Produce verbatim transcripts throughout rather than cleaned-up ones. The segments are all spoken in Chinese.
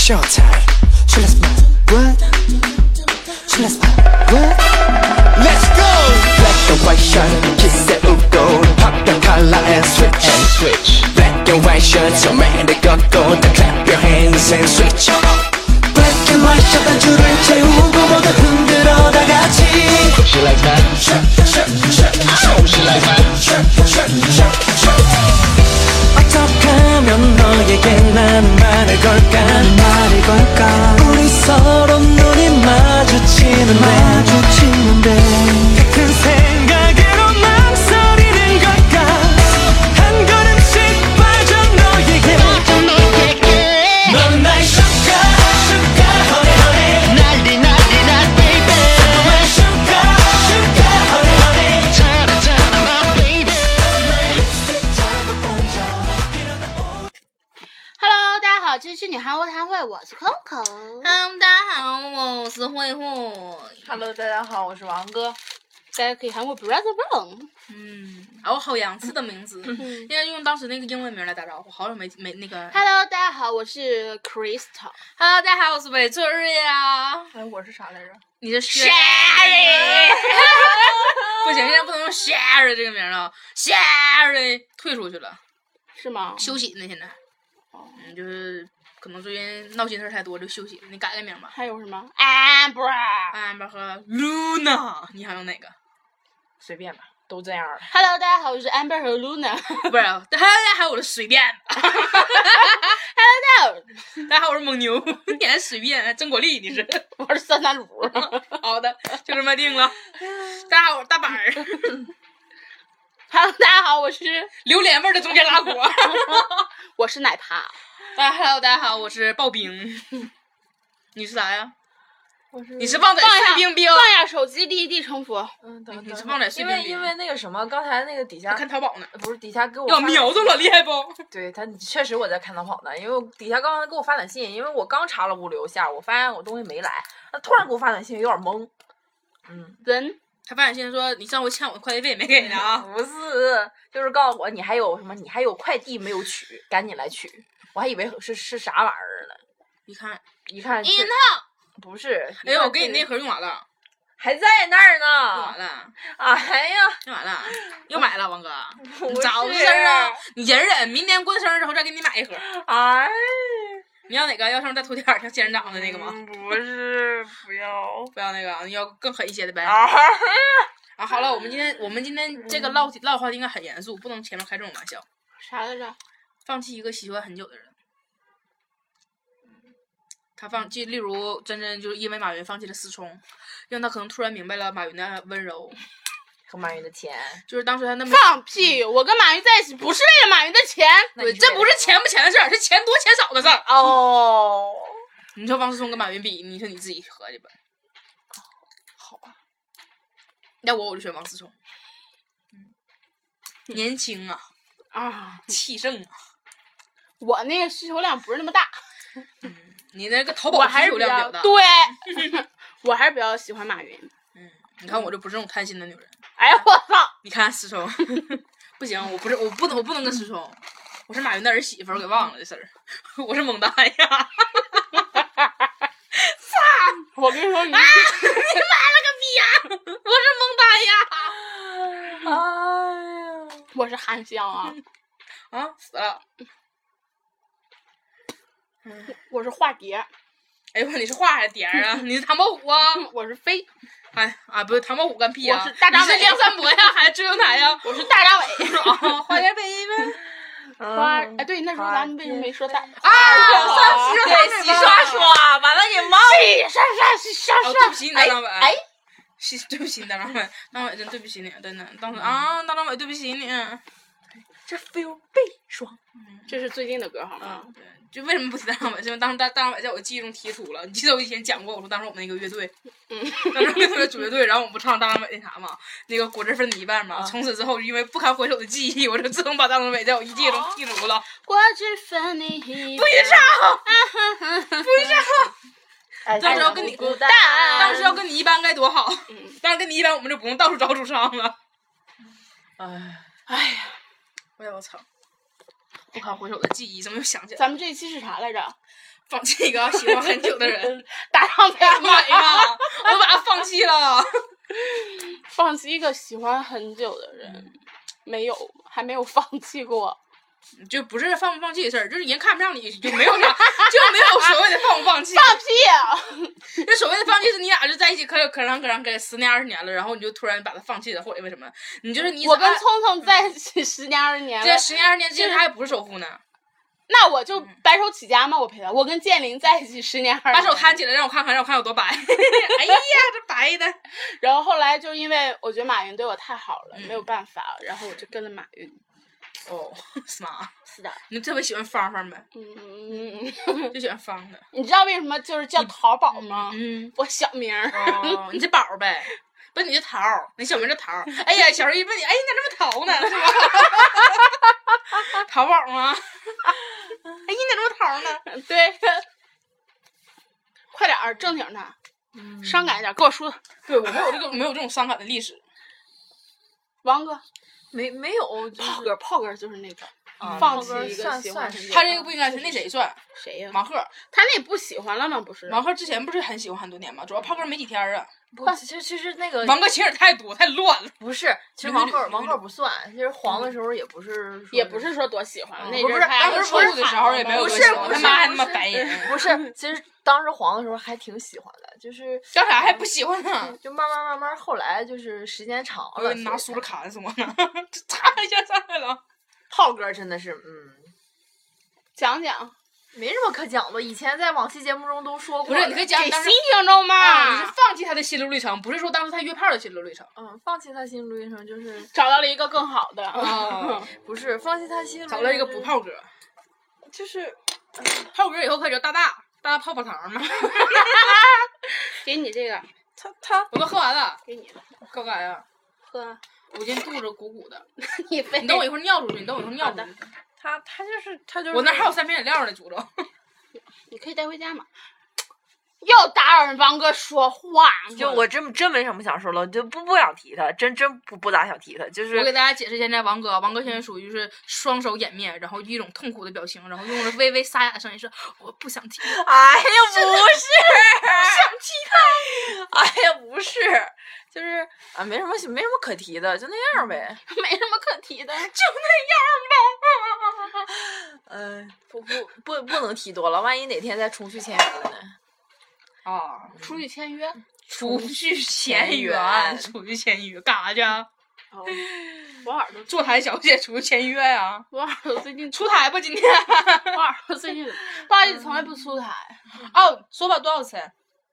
showtime. So let's buy what? So let's buy what? Let's go! Black and white shirt, kiss it ugo. Pop your collar and switch. And switch. Black and white shirt, so man, they go go. Then clap your hands and switch. Black and white shirt, 한 줄을 채우고 모두 흔들어 다 같이. She like that. Oh, she like that. 어떻게 하면 너에게 나는 말을 걸까 말을 걸까 우리 서로 눈이 마주치는데 마주치는데 같은 생각으로 망설이는 걸까 한 걸음씩 빠져 너에게 너는 나의 sugar sugar honey honey 난리 난리 난 baby 정말 sugar sugar honey honey 잘하잖아 my baby Hello， 大家好，这是女韩国谈会，我是 Coco。 Hello， 大家好，我是慧慧。 Hello， 大家好，我是王哥。 大家可以喊我 Brother Wrong。 嗯，啊，我好洋气的名字，应该用当时那个英文名来打招呼，好久没没那个。 Hello， 大家好，我是 Crystal。 Hello， 大家好，我是韦翠瑞呀。 哎，我是啥来着？ 你是 Sherry。 不行，现在不能用 Sherry 这个名了 ，Sherry 退出去了。 是吗？ 休息呢，现在。嗯，就是可能最近闹心事太多，就休息了。你改个名吧。 还有什么 ？Amber。 Amber 和 Luna， 你想用哪个？ 随便吧，都这样了。 Hello， 大家好，我是 Amber 和 Luna。 不是，大家好，我是随便。 Hello， 大家好， 大家好，我是蒙牛，你还随便？曾国丽你是？ 我是酸菜卤。 好的，就这么定了。大家好，我是大板儿。 Hello， 大家好，我是榴莲味的中间拉锅。 我是奶茶。 大家 Hello， 大家好，我是刨冰。你是啥呀？ 我是你是旺仔碎冰冰。 放下手机，立地成佛。 嗯，等你是旺仔碎因冰冰。 为因为那个什么，刚才那个底下看淘宝呢， 不是底下给我要瞄着了，厉害不？ 对他确实我在看淘宝呢，因为我底下刚刚给我发短信，因为我刚查了物流下，我发现我东西没来，他突然给我发短信，有点懵。嗯， 人。 他发短信说你上回欠我快递费没给呢啊？ 不是，就是告诉我你还有什么，你还有快递没有取，赶紧来取。我还以为是是啥玩意儿呢， 一看一看一套， 不是。 哎呦，我给你那盒用完了， 还在那儿呢。 用完了。 哎呀， 用完了，又买了，王哥。 不你早是生啊！你忍忍，明年过生日之后再给你买一盒。 哎。 你要哪个？要上面带头点儿像仙人掌的那个吗？ 嗯、不是，不要， 不要那个，你要更狠一些的呗。 啊！ 啊，好了，我们今天我们今天这个唠唠的话题应该很严肃，不能前面开这种玩笑。 啥来着？ 放弃一个喜欢很久的人。他放弃，例如真真就是因为马云放弃了思聪，让他可能突然明白了马云的温柔和马云的钱。 就是当时他那么放屁！我跟马云在一起不是为了马云的钱， 对，这不是钱不钱的事儿，是钱多钱少的事儿。 哦， 你说王思聪跟马云比，你说你自己合计吧。 好吧， 要我我就选王思聪。嗯，年轻啊， 啊， 气盛啊。 我那个需求量不是那么大。 嗯，你那个淘我宝需还是比较求量比较大。 对，我还是比较喜欢马云。 嗯，你看我就不是这种贪心的女人。 哎呀，我操！ 你看思聪，不行，我不是，我不能，我不能跟思聪，我是马云的儿媳妇，我给忘了这事儿，我是蒙大呀。操！ 我跟你说，你啊，你妈了个逼呀！我是蒙大呀。 哎呀， 我是韩香啊。 啊，死了。 我是化蝶。 哎呦，你是画还是蝶儿啊？你是唐伯虎啊？ 我是飞。 哎啊，不是唐伯虎干屁啊！ 我是大张伟。 你是梁山伯呀，还是祝英台呀？ 我是大张伟。 啊，花蝶 baby。 花哎，对，那时候咱们为什么没说他？ 啊，上洗对，洗刷刷，把他给忘了。 洗刷刷，洗刷刷。 对不起，你大张伟。 哎， 是对不起，大张伟，大张伟真对不起你，真的，当时啊，大张伟对不起你。 这 feel 倍爽。 这是最近的歌好吗？ 对，就为什么不提大张伟？是因为当时大大张伟在我记忆中提出了。你记得我以前讲过，我说当时我们那个乐队， 嗯， 当时乐队主乐队，然后我们不唱大张伟那啥嘛，那个果汁分离瓣嘛。从此之后，因为不堪回首的记忆，我就自动把大张伟在我一记忆中剔除了。 果汁分离一不许唱，不许唱。 哎， 当时要跟你孤单， 当时要跟你一般该多好。当时跟你一般，我们就不用到处找主唱了。 哎， 哎呀， 哎呀我操！不堪回首的记忆，怎么又想起来？ 咱们这一期是啥来着？ 放弃一个喜欢很久的人， 打上美吗？我把他放弃了。 放弃一个喜欢很久的人，嗯、没有，还没有放弃过。 就不是放不放弃的事儿，就是人看不上你，就没有啥，就没有所谓的放不放弃。 放屁啊！ 这所谓的放弃是你俩就在一起可有可长可长，给十年二十年了，然后你就突然把他放弃了，或者为什么？你就是你。 我跟聪聪在一起十年二十年了， 这十年二十年之间他还不是首富呢。 那我就白手起家嘛，我陪他。我跟建林在一起十年二十年， 把手摊起来让我看看，让我看有多白。哎呀，这白的。 然后后来就因为我觉得马云对我太好了， 嗯、 没有办法，然后我就跟了马云。 哦，是吗？ 是的。 你特别喜欢芳芳呗？ 嗯， 就喜欢芳的。 你知道为什么就是叫淘宝吗？ 嗯， 我小名儿。 哦，你这宝呗。不是你这桃，你小名叫桃。哎呀，小时候一问你，哎，你咋这么淘呢？是吧？淘宝吗？哎，你咋这么淘呢？ 对，快点儿正经的，嗯、伤感一点，跟我说。 对，我没有这个，没有这种伤感的历史。 王哥， 没没有， 就是、炮哥，炮哥就是那种。 嗯、 放弃一个喜欢他这个不应该是那谁算？ 谁呀？ 王鹤。 他那不喜欢了吗？不是。 王鹤之前不是很喜欢很多年吗？主要炮哥没几天啊。 不，其实其实那个王哥情儿太多太乱了。 不是，其实王鹤王鹤不算，其实黄的时候也不是， 也不是说多喜欢。 嗯、 那不是当时初的时候也没有多喜欢，他妈还那么白人。 不是，其实当时黄的时候还挺喜欢的，就是干啥还不喜欢呢？ 就慢慢慢慢，后来就是时间长了， 你拿梳子砍死我呢，这嚓一下上来了。 炮哥真的是，嗯， 讲讲。 没什么可讲的，以前在往期节目中都说过。 不是，你可以讲给新听众嘛、 啊。你是放弃他的心路历程，不是说当时他约炮的心路历程。 嗯，放弃他心路历程就是找到了一个更好的。 哦、 不是，放弃他心路历程、就是。 找到一个不炮哥， 就是， 嗯、炮哥以后可以叫大大大大泡泡糖嘛。 给你这个， 他他我都喝完了， 给你了， 干啥呀？ 喝。 我今天肚子鼓鼓的， 你你等我一会儿尿出去，你等我一会儿尿出去。 他他就是他就是。 我那还有三瓶饮料呢，煮着。 你可以带回家嘛。又打扰人王哥说话， 就我真真没什么想说了，就不不想提他，真真不不咋想提他。就是我给大家解释现在王哥，王哥现在属于是双手掩面，然后一种痛苦的表情，然后用了微微沙哑的声音说：“我不想提。” 哎呀，不是， 不想提他。哎呀，不是，就是啊，没什么没什么可提的，就那样呗， 没什么可提的，就那样吧。 嗯、呃，不不不不能提多了，万一哪天再重续签约了呢？ 啊， 出去签约， 出去签约，出去签约，干啥去？ 哦，我耳朵坐台小姐出去签约呀！ 我耳朵最近出台吧，今天。 我耳朵最近不好意思，从来不出台。 哦，说吧，多少钱？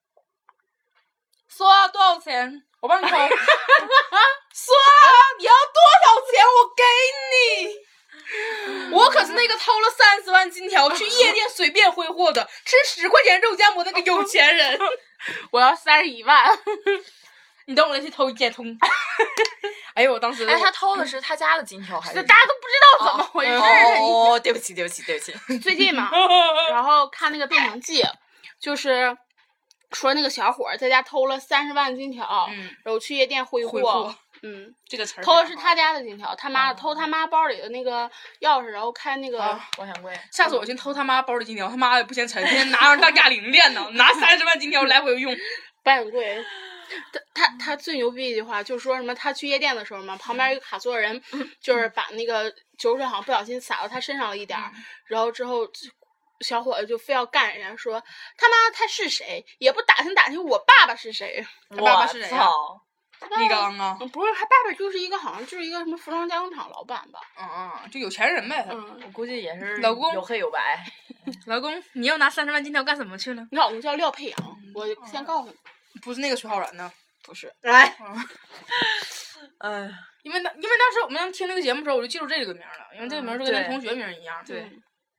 说啊，多少钱？我帮你投。说啊，你要多少钱？我给你。我可是那个偷了三十万金条去夜店随便挥霍的，吃十块钱肉夹馍那个有钱人。 我要三十一万， 你等我再去偷一件通。哎呦，我当时哎，他偷的是他家的金条还是？ 大家都不知道怎么回事。 哦，哦对不起，对不起，对不起。 最近嘛，然后看那个《变形记》，就是说那个小伙在家偷了三十万金条， 嗯， 然后去夜店挥霍。 挥霍嗯， 这个词儿偷的是他家的金条，他妈、哦、偷他妈包里的那个钥匙，然后开那个保险柜。 下次我去偷他妈包的金条，他妈也不嫌沉，天天拿着当哑铃练呢，拿三十万金条来回用。 保险柜，他他他最牛逼一句话就是说什么？他去夜店的时候嘛，旁边一个卡座人就是把那个酒水好像不小心洒到他身上了一点儿，嗯、然后之后。小伙子就非要干人家，说他妈他是谁，也不打听打听我爸爸是谁。 他爸爸是谁呀？ 李刚啊？ 不是，他爸爸就是一个好像就是一个什么服装加工厂老板吧。 嗯嗯，就有钱人呗。 嗯， 我估计也是。 老公有黑有白。 老公，你要拿三十万金条干什么去了？ 你老公叫廖佩阳，我先告诉你， 不是那个徐浩然呢？ 不是。 来。 嗯。呃，因为那因为当时我们听那个节目的时候，我就记住这个名了，因为这个名就跟那同学名一样。 对。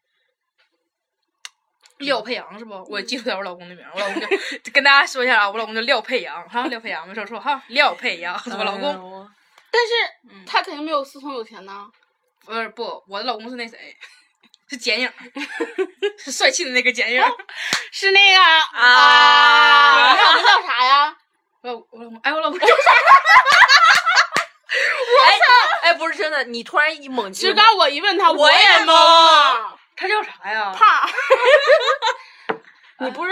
廖佩阳是不？我也记住点我老公的名，我老公就跟大家说一下啊，我老公叫廖佩阳，哈，廖佩阳没说错哈，廖佩阳是我老公。 嗯、但是、嗯、他肯定没有思聪有钱呢。 不是不，我的老公是那谁，是剪影，是帅气的那个剪影， 是那个啊。你老公叫啥呀？ 我我老公，哎，我老公叫啥？ 我操！哎，不是真的，你突然一猛， 其实刚我一问他， 我也懵啊。 他叫啥呀？ 胖。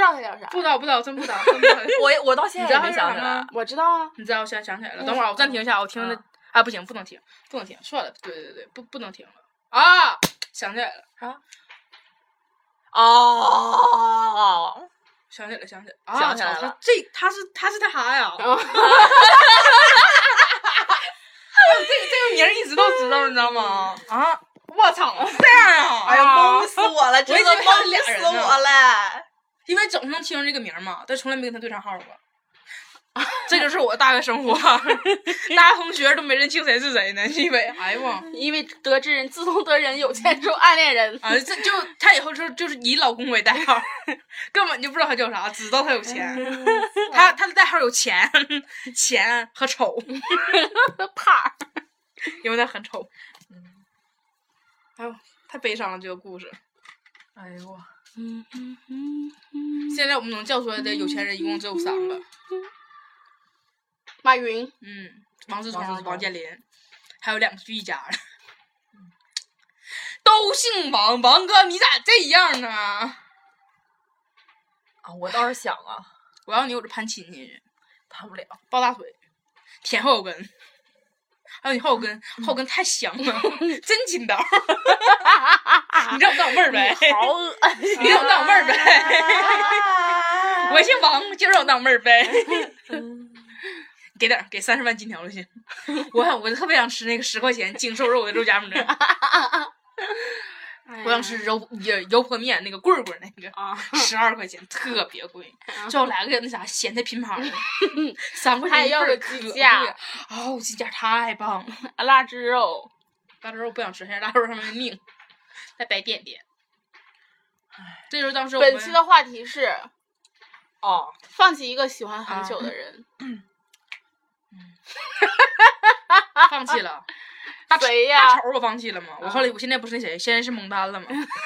道他叫啥？ 不知道不知道，真不知道，真不知道。 我我到现在也没你知道他叫想起来啥吗。？ 我知道啊。 你知道，我现在想起来了。等会儿我暂停一下，我听的嗯啊，不行，不能停，不能停，算了，对对对，不不能停了啊！想起来了， 啥？哦， 想起来了，想起来了，啊想起来了操他这他是他是他啥呀？ 嗯这个这个名儿一直都知道，你知道吗？啊！我操，这样啊！ 哎呀，懵死我了，真的我以为他是懵俩人呢死我了。 因为总能听着这个名儿嘛，但从来没跟他对上号过。这就是我大学生活，大学同学都没认清谁是谁呢，因为哎呦我因为得知人自从得人有钱之后暗恋人。 啊，这就他以后就就是以老公为代号，根本就不知道他叫啥，只知道他有钱。他他的代号有钱、钱和丑， 怕。 因为他很丑。哎呦，太悲伤了这个故事。 哎呦我， 嗯嗯嗯嗯。 现在我们能叫出来的有钱人一共只有三个， 马云。 嗯，王思聪、 王思聪王健林，还有两个是一家的，都姓王。王哥，你咋这样呢？ 啊，我倒是想啊， 我要你我就攀亲戚去， 谈不了。 抱大腿，舔后腰跟，还有你后腰跟，后腰跟太香了，真筋道。你让我当我妹儿呗？ 好恶心。 你让我当我妹儿呗？我姓王，就让我当妹儿呗。给点儿，给三十万金条就行。我我特别想吃那个十块钱精瘦肉的肉夹馍。我想吃油油油泼面那个棍棍那个， 啊， 十二块钱特别贵。最后来个那啥咸菜拼盘的，三块钱一还要个份儿可贵鸡架哦，鸡架太棒了。 腊汁肉。 腊汁肉不想吃，现在腊汁肉上面的命，再白点点。这就是当时我们本期的话题是哦， 放弃一个喜欢很久的人。 放弃了。大谁呀大丑我放弃了嘛？我后来我现在不是那谁，现在是蒙丹了嘛？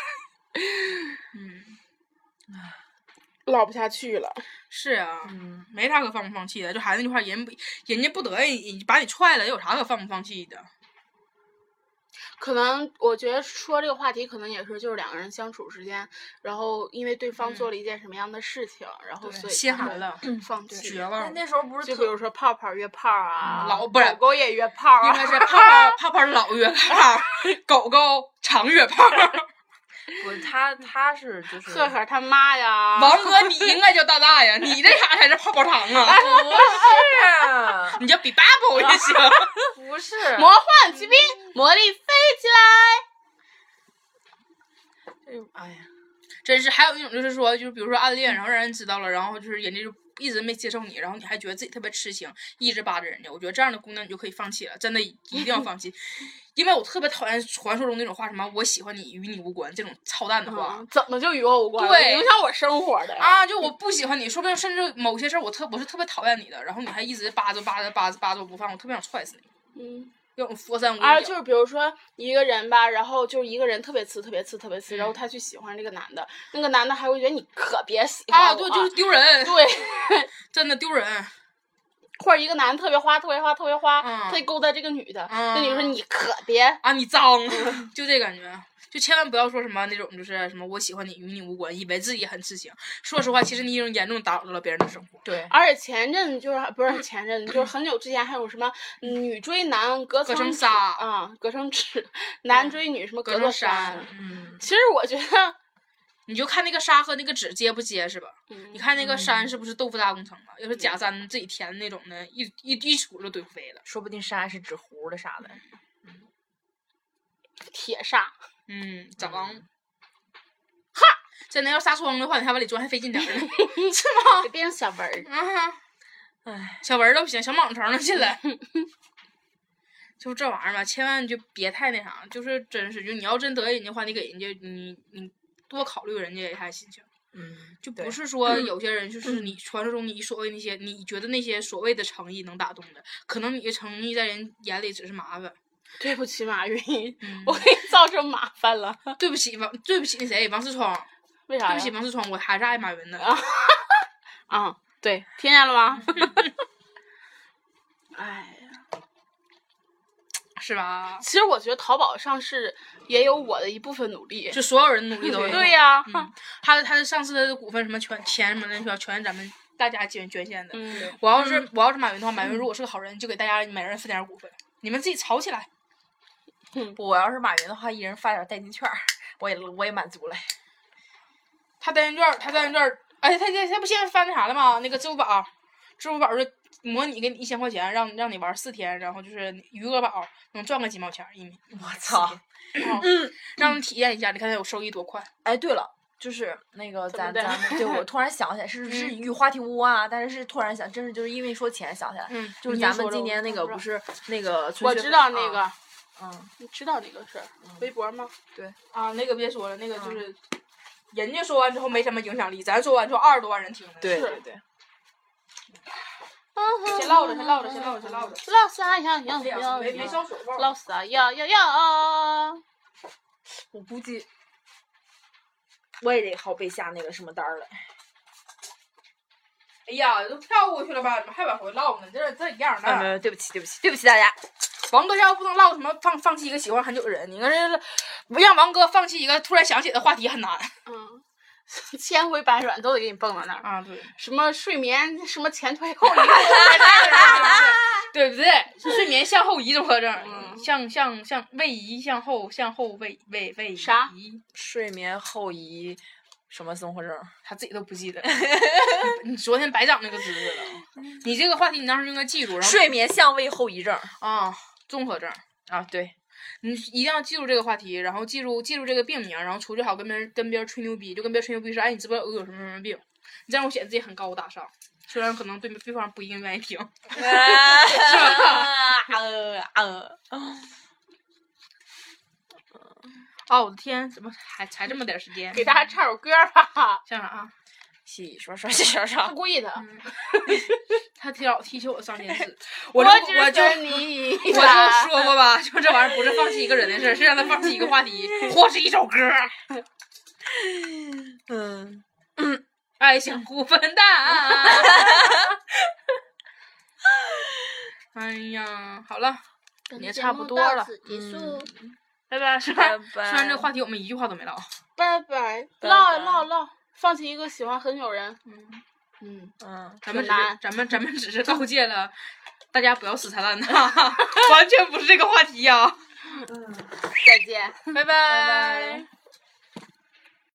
嗯， 唠不下去了。 是啊， 嗯， 没啥可放不放弃的。就还是那句话，人不人家不得意把你踹了，有啥可放不放弃的？ 可能我觉得说这个话题，可能也是就是两个人相处之间，然后因为对方做了一件什么样的事情，然后所以才会心寒了， 放弃。 绝望。 那时候不是特就比如说泡泡约炮啊， 老不是狗狗也约炮啊， 应该是泡泡泡泡老约炮，狗狗常约炮。 不，他他是就是赫赫他妈呀！ 王哥，你应该叫大大呀，你这啥才是泡泡糖啊？ 不是你叫比 bubble 也行。 不是魔幻骑兵，魔力飞起来！ 哎呀， 真是，还有一种就是说，就是比如说暗恋，然后让人知道了，然后就是人家就一直没接受你，然后你还觉得自己特别痴情，一直扒着人家。我觉得这样的姑娘你就可以放弃了，真的一定要放弃，因为我特别讨厌传说中那种话，什么我喜欢你与你无关这种操蛋的话。 嗯，怎么就与我无关了？ 对影响我生活的呀。 啊，就我不喜欢你，说不定甚至某些事儿我特我是特别讨厌你的，然后你还一直扒着扒着扒着扒着我不放，我特别想踹死你， 嗯。 有种佛山无啊， 影。 就是比如说一个人吧，然后就是一个人特别次、特别次、特别次， 嗯然后他去喜欢这个男的，那个男的还会觉得你可别喜欢啊， 我对，就是丢人， 对， 真的丢人。 或者一个男的特别花、特别花、特别花， 嗯他勾搭这个女的， 嗯那女的说你可别， 啊，你脏，就这感觉，就千万不要说什么那种就是什么我喜欢你与你无关，以为自己很痴情。说实话，其实你已经严重打扰到了别人的生活。 对， 而且前阵就是不是前阵，就是很久之前还有什么女追男隔隔层纸层纱啊，隔层纸，男追女什么隔座层山， 嗯， 其实我觉得， 你就看那个纱和那个纸结不结实吧？ 嗯你看那个山是不是豆腐渣工程啊？要是假山自己填那种的，一一一杵就堆飞了。 说不定山是纸糊的啥的。 铁砂， 嗯，脏。哈，真的要纱窗的话，你还往里钻，还费劲点儿呢，是吗？ 得变成小纹儿。 啊， 唉， 小纹儿都不行，小蟒虫能进来。就这玩意儿吧，千万就别太那啥，就是真是，就你要真得意人家的话，你给人家，你你多考虑人家一下心情。 嗯， 就对不是说有些人就是你传说中你所谓那些你觉得那些所谓的诚意能打动的，可能你的诚意在人眼里只是麻烦。 对不起，马云， 嗯我给你造成麻烦了。 对不起王，对不起那谁王思聪， 为啥呀？ 对不起王思聪，我还是爱马云的。 啊，对，听见了吗？哎呀， 是吧？ 其实我觉得淘宝上市也有我的一部分努力， 就所有人努力都有。 对呀、啊嗯，他他的上市的股份什么全钱什么的，全全是咱们大家捐捐献的。 嗯， 我要是、嗯、我要是马云的话，马云如果是个好人，就给大家每人分点股份，你们自己炒起来。 嗯，我要是马云的话，一人发点代金券，我也我也满足了。 他代金券，他代金券，哎，他他他不现在发那啥了吗？那个支付宝，支付宝是模拟给你一千块钱，让让你玩四天，然后就是余额宝能赚个几毛钱一米。 我操！ 嗯，让你体验一下，你看他有收益多快。 哎，对了。就是那个咱咱们，对我突然想起来是是与话题屋啊，但是是突然想，真是就是因为说钱想起来， 嗯， 就是咱们今年那个不是那个， 我知道那个， 嗯， 你知道那个事儿，微博吗？ 对啊，那个别说了，那个就是人家说完之后没什么影响力，咱说完之后二十多万人听的， 对对对。 先唠着，先唠着，先唠着，先唠着。 唠啥呀呀呀！ 没没烧水吧？ 唠啥呀呀呀！ 我估计。我也得好背下那个什么单儿了。 哎呀，都跳过去了吧？怎么还往回唠呢？这这一样的。 没有，对不起，对不起，对不起大家。 王哥要不能唠什么放放弃一个喜欢很久的人，你看这不让王哥放弃一个突然想起的话题很难。 嗯，千回百转都得给你蹦到那儿啊！对， 什么睡眠，什么前推后移， 对不对？睡眠向后移综合症，嗯、向向向位移向后向后位位位移啥？ 睡眠后移什么综合症？ 他自己都不记得。你昨天白长那个知识了。你这个话题你当时应该记住。然后睡眠相位后移症啊，综合症啊，对。 你一定要记住这个话题，然后记住记住这个病名，然后出去好跟别人跟别人吹牛逼，就跟别人吹牛逼说，哎，你知不知道我有什么什么病？你这样我显得自己很高大上，虽然可能对对方不一定愿意听，是吧？ 呃呃。 哦，我的天，怎么还才这么点时间？ 给大家唱首歌吧。 唱啥啊？ 洗刷刷洗刷刷。 他故意的。 嗯、他提老提起我上电视， 我就我就你， 我就说过吧，就这玩意儿不是放弃一个人的事儿，是让他放弃一个话题或是一首歌。 嗯嗯，爱像股份大。哎呀，好了，也差不多了。 嗯， 拜拜，是吧？ 拜拜。 虽然这个话题我们一句话都没唠。 拜拜，唠唠唠，放弃一个喜欢很久人。嗯嗯嗯， 咱们只是咱们咱们只是告诫了大家不要死缠烂打，完全不是这个话题呀、啊。 嗯，再见， 拜拜。 拜拜。